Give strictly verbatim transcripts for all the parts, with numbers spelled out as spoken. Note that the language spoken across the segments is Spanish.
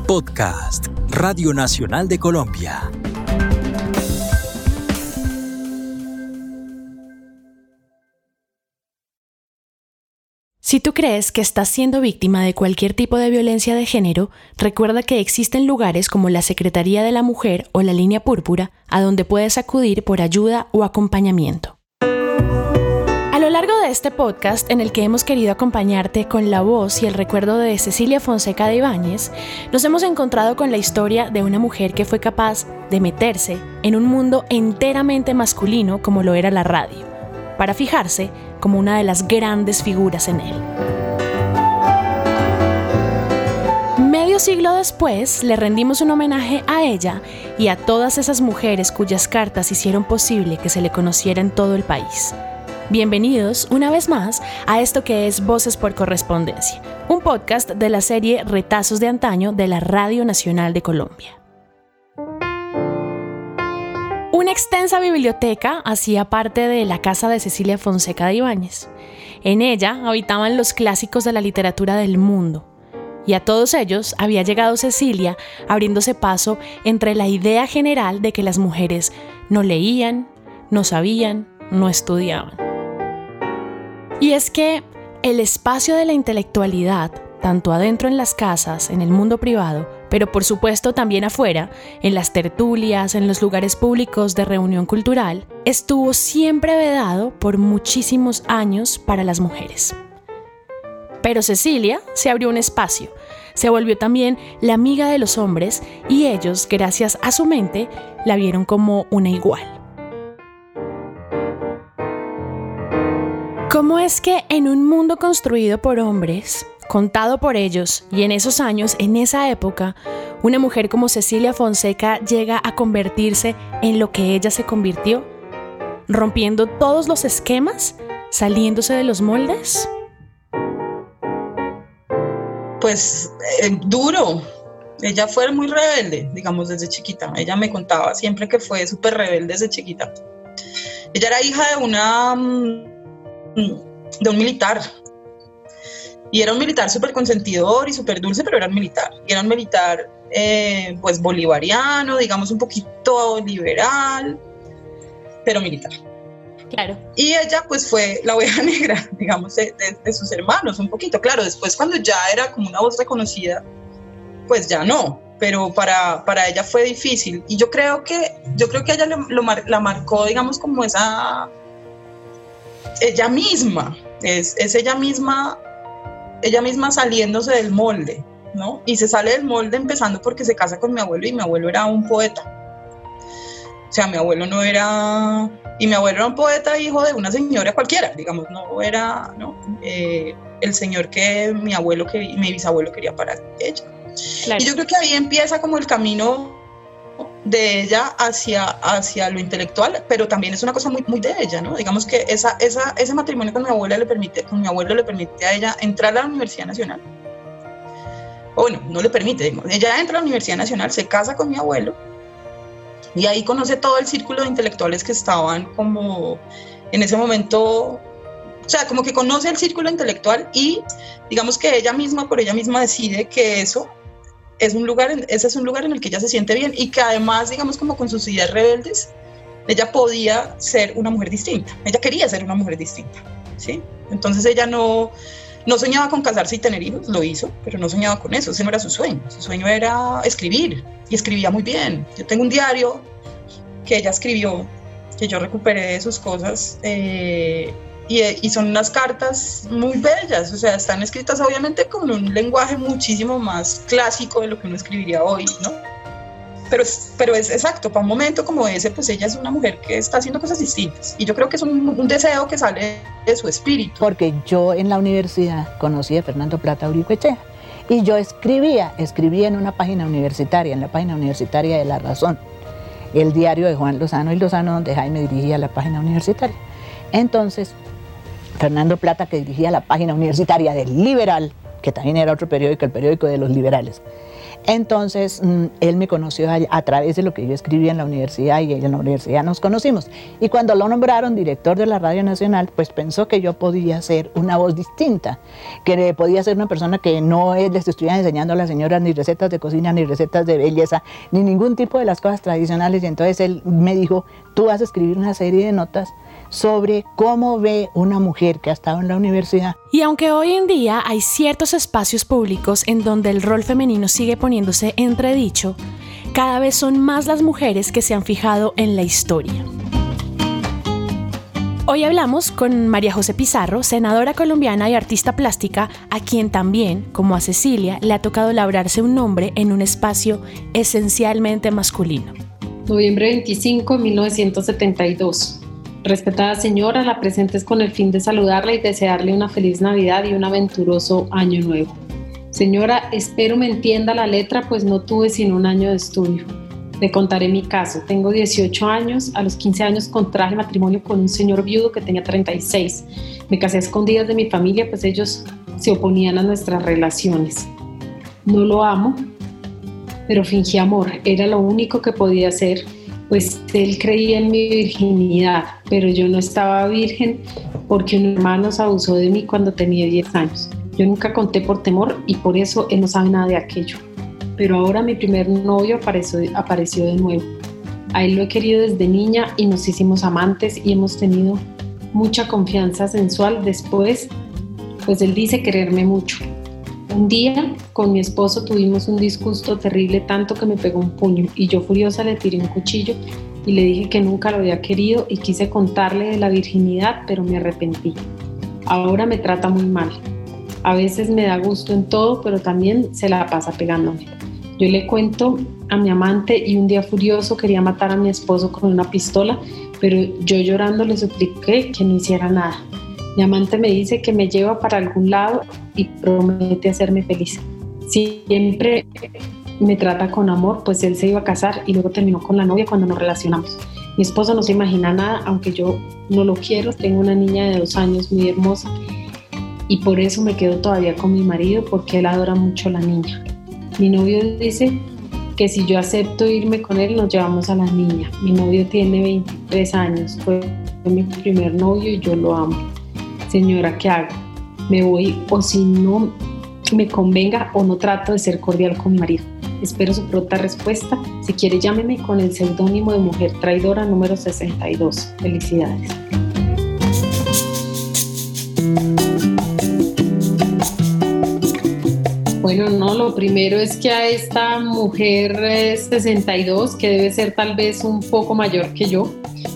Podcast, Radio Nacional de Colombia. Si tú crees que estás siendo víctima de cualquier tipo de violencia de género, recuerda que existen lugares como la Secretaría de la Mujer o la Línea Púrpura a donde puedes acudir por ayuda o acompañamiento. A lo largo de este podcast, en el que hemos querido acompañarte con la voz y el recuerdo de Cecilia Fonseca de Ibáñez, nos hemos encontrado con la historia de una mujer que fue capaz de meterse en un mundo enteramente masculino como lo era la radio, para fijarse como una de las grandes figuras en él. Medio siglo después, le rendimos un homenaje a ella y a todas esas mujeres cuyas cartas hicieron posible que se le conociera en todo el país. Bienvenidos una vez más a esto que es Voces por Correspondencia, un podcast de la serie Retazos de Antaño de la Radio Nacional de Colombia. Una extensa biblioteca hacía parte de la casa de Cecilia Fonseca de Ibáñez. En ella habitaban los clásicos de la literatura del mundo. Y a todos ellos había llegado Cecilia abriéndose paso entre la idea general de que las mujeres no leían, no sabían, no estudiaban. Y es que el espacio de la intelectualidad, tanto adentro en las casas, en el mundo privado, pero por supuesto también afuera, en las tertulias, en los lugares públicos de reunión cultural, estuvo siempre vedado por muchísimos años para las mujeres. Pero Cecilia se abrió un espacio, se volvió también la amiga de los hombres y ellos, gracias a su mente, la vieron como una igual. ¿Cómo es que en un mundo construido por hombres, contado por ellos, y en esos años, en esa época, una mujer como Cecilia Fonseca llega a convertirse en lo que ella se convirtió, rompiendo todos los esquemas, saliéndose de los moldes? Pues eh, duro. Ella fue muy rebelde, digamos, desde chiquita. Ella me contaba siempre que fue súper rebelde desde chiquita. Ella era hija de una de un militar. Y era un militar súper consentidor y súper dulce, pero era un militar. Y era un militar, eh, pues, bolivariano, digamos, un poquito liberal, pero militar. Claro. Y ella, pues, fue la oveja negra, digamos, de, de, de sus hermanos, un poquito. Claro, después, cuando ya era como una voz reconocida, pues ya no. Pero para, para ella fue difícil. Y yo creo que, yo creo que ella lo, lo mar, la marcó, digamos, como esa... Ella misma. Es, es ella misma... ella misma saliéndose del molde, ¿no? Y se sale del molde empezando porque se casa con mi abuelo y mi abuelo era un poeta. O sea, mi abuelo no era... Y mi abuelo era un poeta hijo de una señora cualquiera, digamos, no era, ¿no? Eh, el señor que mi abuelo, que mi bisabuelo quería para ella. Claro. Y yo creo que ahí empieza como el camino de ella hacia, hacia lo intelectual, pero también es una cosa muy, muy de ella, ¿no? Digamos que esa, esa, ese matrimonio con mi abuela le permite, con mi abuelo le permite a ella entrar a la Universidad Nacional. O bueno, no le permite, digamos, ella entra a la Universidad Nacional, se casa con mi abuelo y ahí conoce todo el círculo de intelectuales que estaban como en ese momento, o sea, como que conoce el círculo intelectual y digamos que ella misma, por ella misma decide que eso es un lugar, en, ese es un lugar en el que ella se siente bien y que además, digamos, como con sus ideas rebeldes, ella podía ser una mujer distinta, ella quería ser una mujer distinta, ¿sí? Entonces ella no, no soñaba con casarse y tener hijos, lo hizo, pero no soñaba con eso, ese no era su sueño, su sueño era escribir, y escribía muy bien. Yo tengo un diario que ella escribió, que yo recuperé de sus cosas, eh, y, y son unas cartas muy bellas, o sea, están escritas obviamente con un lenguaje muchísimo más clásico de lo que uno escribiría hoy, ¿no? Pero es, pero es exacto, para un momento como ese, pues ella es una mujer que está haciendo cosas distintas, y yo creo que es un, un deseo que sale de su espíritu. Porque yo en la universidad conocí a Fernando Plata Uricoechea, y yo escribía, escribía en una página universitaria, en la página universitaria de La Razón, el diario de Juan Lozano y Lozano, donde Jaime dirigía la página universitaria. Entonces, Fernando Plata, que dirigía la página universitaria del Liberal, que también era otro periódico, el periódico de los liberales, Entonces, él me conoció a, a través de lo que yo escribía en la universidad y en la universidad nos conocimos. Y cuando lo nombraron director de la Radio Nacional, pues pensó que yo podía ser una voz distinta, que podía ser una persona que no les estuviera enseñando a las señoras ni recetas de cocina, ni recetas de belleza, ni ningún tipo de las cosas tradicionales. Y entonces él me dijo, tú vas a escribir una serie de notas sobre cómo ve una mujer que ha estado en la universidad. Y aunque hoy en día hay ciertos espacios públicos en donde el rol femenino sigue poniéndose entredicho, cada vez son más las mujeres que se han fijado en la historia. Hoy hablamos con María José Pizarro, senadora colombiana y artista plástica, a quien también, como a Cecilia, le ha tocado labrarse un nombre en un espacio esencialmente masculino. Noviembre veinticinco de mil novecientos setenta y dos. Respetada señora, la presentes con el fin de saludarla y desearle una feliz Navidad y un aventuroso año nuevo. Señora, espero me entienda la letra, pues no tuve sino un año de estudio. Le contaré mi caso. Tengo dieciocho años, a los quince años contraje matrimonio con un señor viudo que tenía treinta y seis. Me casé a escondidas de mi familia, pues ellos se oponían a nuestras relaciones. No lo amo, pero fingí amor, era lo único que podía hacer, pues él creía en mi virginidad, pero yo no estaba virgen porque un hermano se abusó de mí cuando tenía diez años. Yo nunca conté por temor y por eso él no sabe nada de aquello. Pero ahora mi primer novio apareció, apareció de nuevo. A él lo he querido desde niña y nos hicimos amantes y hemos tenido mucha confianza sensual después, pues él dice quererme mucho. Un día con mi esposo tuvimos un disgusto terrible, tanto que me pegó un puño y yo furiosa le tiré un cuchillo y le dije que nunca lo había querido y quise contarle de la virginidad, pero me arrepentí. Ahora me trata muy mal. A veces me da gusto en todo, pero también se la pasa pegándome. Yo le cuento a mi amante y un día furioso quería matar a mi esposo con una pistola, pero yo llorando le supliqué que no hiciera nada. Mi amante me dice que me lleva para algún lado y promete hacerme feliz. Siempre me trata con amor, pues él se iba a casar y luego terminó con la novia cuando nos relacionamos. Mi esposo no se imagina nada, aunque yo no lo quiero. Tengo una niña de dos años muy hermosa y por eso me quedo todavía con mi marido, porque él adora mucho a la niña. Mi novio dice que si yo acepto irme con él, nos llevamos a la niña. Mi novio tiene veintitrés años, fue mi primer novio y yo lo amo. Señora, ¿qué hago? ¿Me voy o si no me convenga o no trato de ser cordial con mi marido? Espero su pronta respuesta. Si quiere, llámeme con el seudónimo de Mujer Traidora número sesenta y dos. Felicidades. Bueno, no, lo primero es que a esta mujer eh, sesenta y dos, que debe ser tal vez un poco mayor que yo,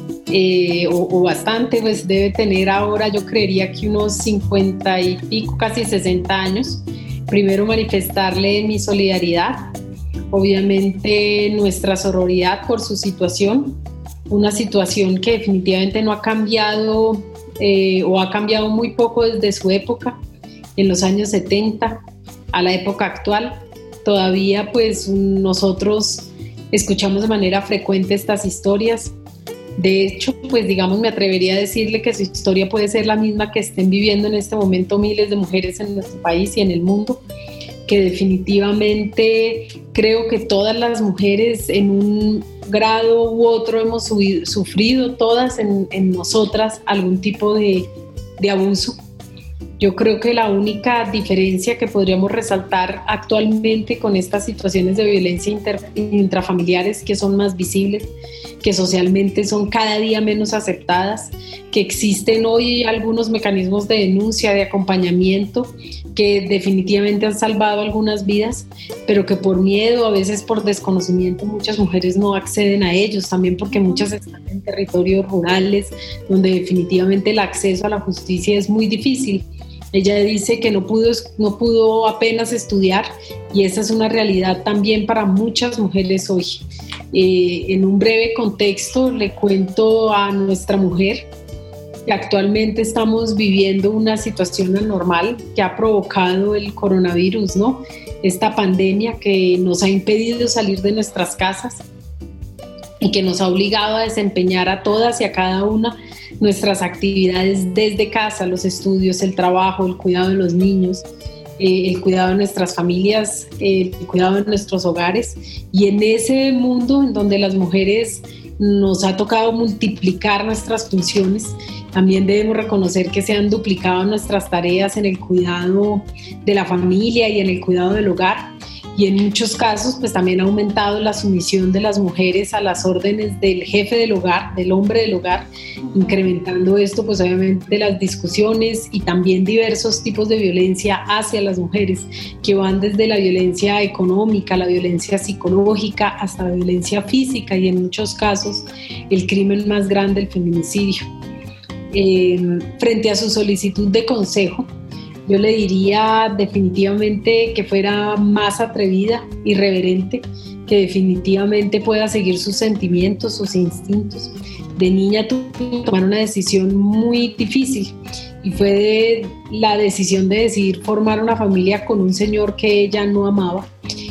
Eh, o, o bastante, pues debe tener ahora, yo creería que unos cincuenta y pico, casi sesenta años. Primero manifestarle mi solidaridad, obviamente nuestra sororidad por su situación, una situación que definitivamente no ha cambiado eh, o ha cambiado muy poco desde su época, en los años setenta a la época actual. Todavía pues nosotros escuchamos de manera frecuente estas historias. De hecho, pues digamos, me atrevería a decirle que su historia puede ser la misma que estén viviendo en este momento miles de mujeres en nuestro país y en el mundo, que definitivamente creo que todas las mujeres en un grado u otro hemos subido, sufrido todas en, en nosotras algún tipo de, de abuso. Yo creo que la única diferencia que podríamos resaltar actualmente con estas situaciones de violencia inter, intrafamiliares, que son más visibles, que socialmente son cada día menos aceptadas, que existen hoy algunos mecanismos de denuncia, de acompañamiento, que definitivamente han salvado algunas vidas, pero que por miedo, a veces por desconocimiento, muchas mujeres no acceden a ellos, también porque muchas están en territorios rurales, donde definitivamente el acceso a la justicia es muy difícil. Ella dice que no pudo, no pudo apenas estudiar, y esa es una realidad también para muchas mujeres hoy. Eh, en un breve contexto le cuento a nuestra mujer que actualmente estamos viviendo una situación anormal que ha provocado el coronavirus, ¿no? Esta pandemia que nos ha impedido salir de nuestras casas y que nos ha obligado a desempeñar a todas y a cada una nuestras actividades desde casa, los estudios, el trabajo, el cuidado de los niños. eh, el cuidado de nuestras familias, eh, el cuidado de nuestros hogares, y en ese mundo en donde las mujeres nos ha tocado multiplicar nuestras funciones, también debemos reconocer que se han duplicado nuestras tareas en el cuidado de la familia y en el cuidado del hogar, y en muchos casos pues también ha aumentado la sumisión de las mujeres a las órdenes del jefe del hogar, del hombre del hogar, incrementando esto pues obviamente las discusiones y también diversos tipos de violencia hacia las mujeres, que van desde la violencia económica, la violencia psicológica, hasta la violencia física, y en muchos casos el crimen más grande, el feminicidio. Eh, frente a su solicitud de consejo, yo le diría definitivamente que fuera más atrevida, irreverente, que definitivamente pueda seguir sus sentimientos, sus instintos. De niña tuvo que tomar una decisión muy difícil, y fue de la decisión de decidir formar una familia con un señor que ella no amaba,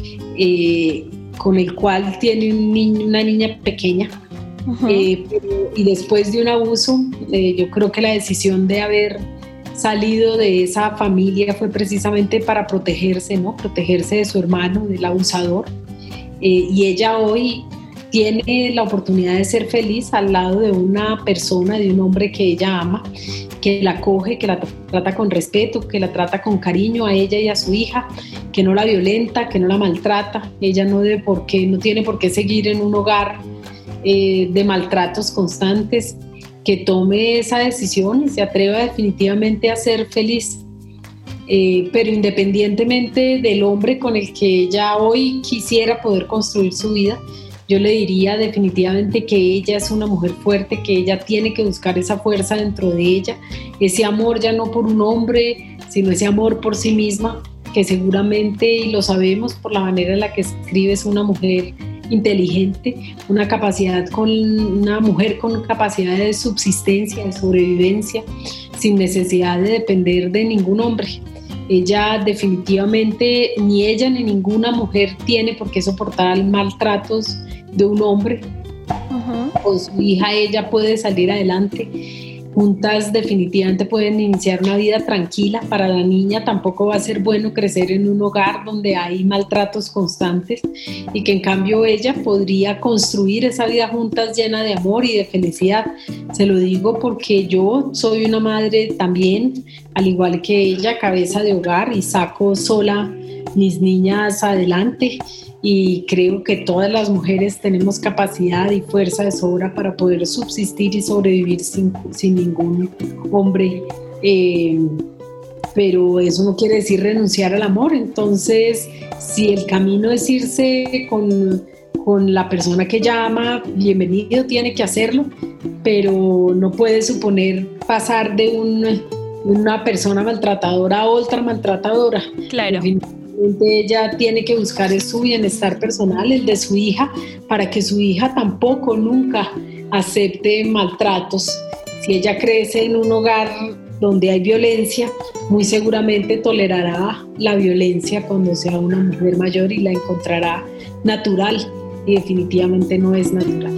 eh, con el cual tiene un niño, una niña pequeña. Uh-huh. eh, pero, y después de un abuso, eh, yo creo que la decisión de haber salido de esa familia fue precisamente para protegerse, ¿no? Protegerse de su hermano, del abusador. Eh, y ella hoy tiene la oportunidad de ser feliz al lado de una persona, de un hombre que ella ama, que la acoge, que la trata con respeto, que la trata con cariño a ella y a su hija, que no la violenta, que no la maltrata. Ella no debe por qué, no tiene por qué seguir en un hogar eh, de maltratos constantes, que tome esa decisión y se atreva definitivamente a ser feliz. Eh, pero independientemente del hombre con el que ella hoy quisiera poder construir su vida, yo le diría definitivamente que ella es una mujer fuerte, que ella tiene que buscar esa fuerza dentro de ella, ese amor ya no por un hombre, sino ese amor por sí misma, que seguramente, y lo sabemos por la manera en la que escribe, es una mujer inteligente, una capacidad con una mujer con capacidad de subsistencia, de sobrevivencia, sin necesidad de depender de ningún hombre. Ella definitivamente, ni ella ni ninguna mujer tiene por qué soportar maltratos de un hombre. Uh-huh. Con su hija ella puede salir adelante. Juntas definitivamente pueden iniciar una vida tranquila. Para la niña tampoco va a ser bueno crecer en un hogar donde hay maltratos constantes, y que en cambio ella podría construir esa vida juntas llena de amor y de felicidad. Se lo digo porque yo soy una madre también, al igual que ella, cabeza de hogar, y saco sola mis niñas adelante. Y creo que todas las mujeres tenemos capacidad y fuerza de sobra para poder subsistir y sobrevivir sin, sin ningún hombre. Eh, pero eso no quiere decir renunciar al amor. Entonces, si el camino es irse con, con la persona que ella ama, bienvenido, tiene que hacerlo, pero no puede suponer pasar de un, una persona maltratadora a otra maltratadora. Claro. Ella tiene que buscar su bienestar personal, el de su hija, para que su hija tampoco nunca acepte maltratos. Si ella crece en un hogar donde hay violencia, muy seguramente tolerará la violencia cuando sea una mujer mayor y la encontrará natural, y definitivamente no es natural.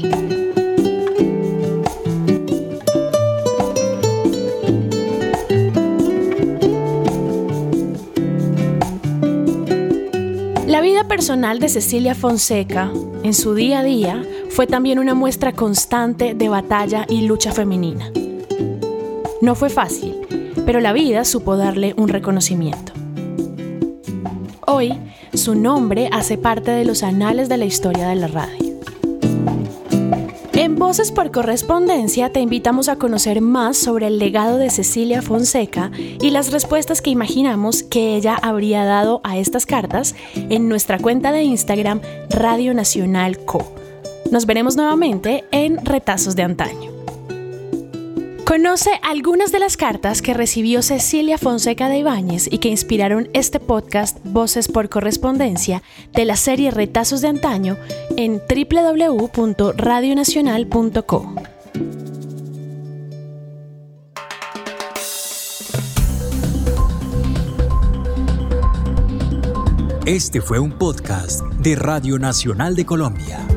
La vida personal de Cecilia Fonseca, en su día a día, fue también una muestra constante de batalla y lucha femenina. No fue fácil, pero la vida supo darle un reconocimiento. Hoy, su nombre hace parte de los anales de la historia de la radio. En Voces por Correspondencia te invitamos a conocer más sobre el legado de Cecilia Fonseca y las respuestas que imaginamos que ella habría dado a estas cartas en nuestra cuenta de Instagram Radio Nacional Co. Nos veremos nuevamente en Retazos de Antaño. Conoce algunas de las cartas que recibió Cecilia Fonseca de Ibáñez y que inspiraron este podcast Voces por Correspondencia de la serie Retazos de Antaño en doble u doble u doble u punto radio nacional punto co. Este fue un podcast de Radio Nacional de Colombia.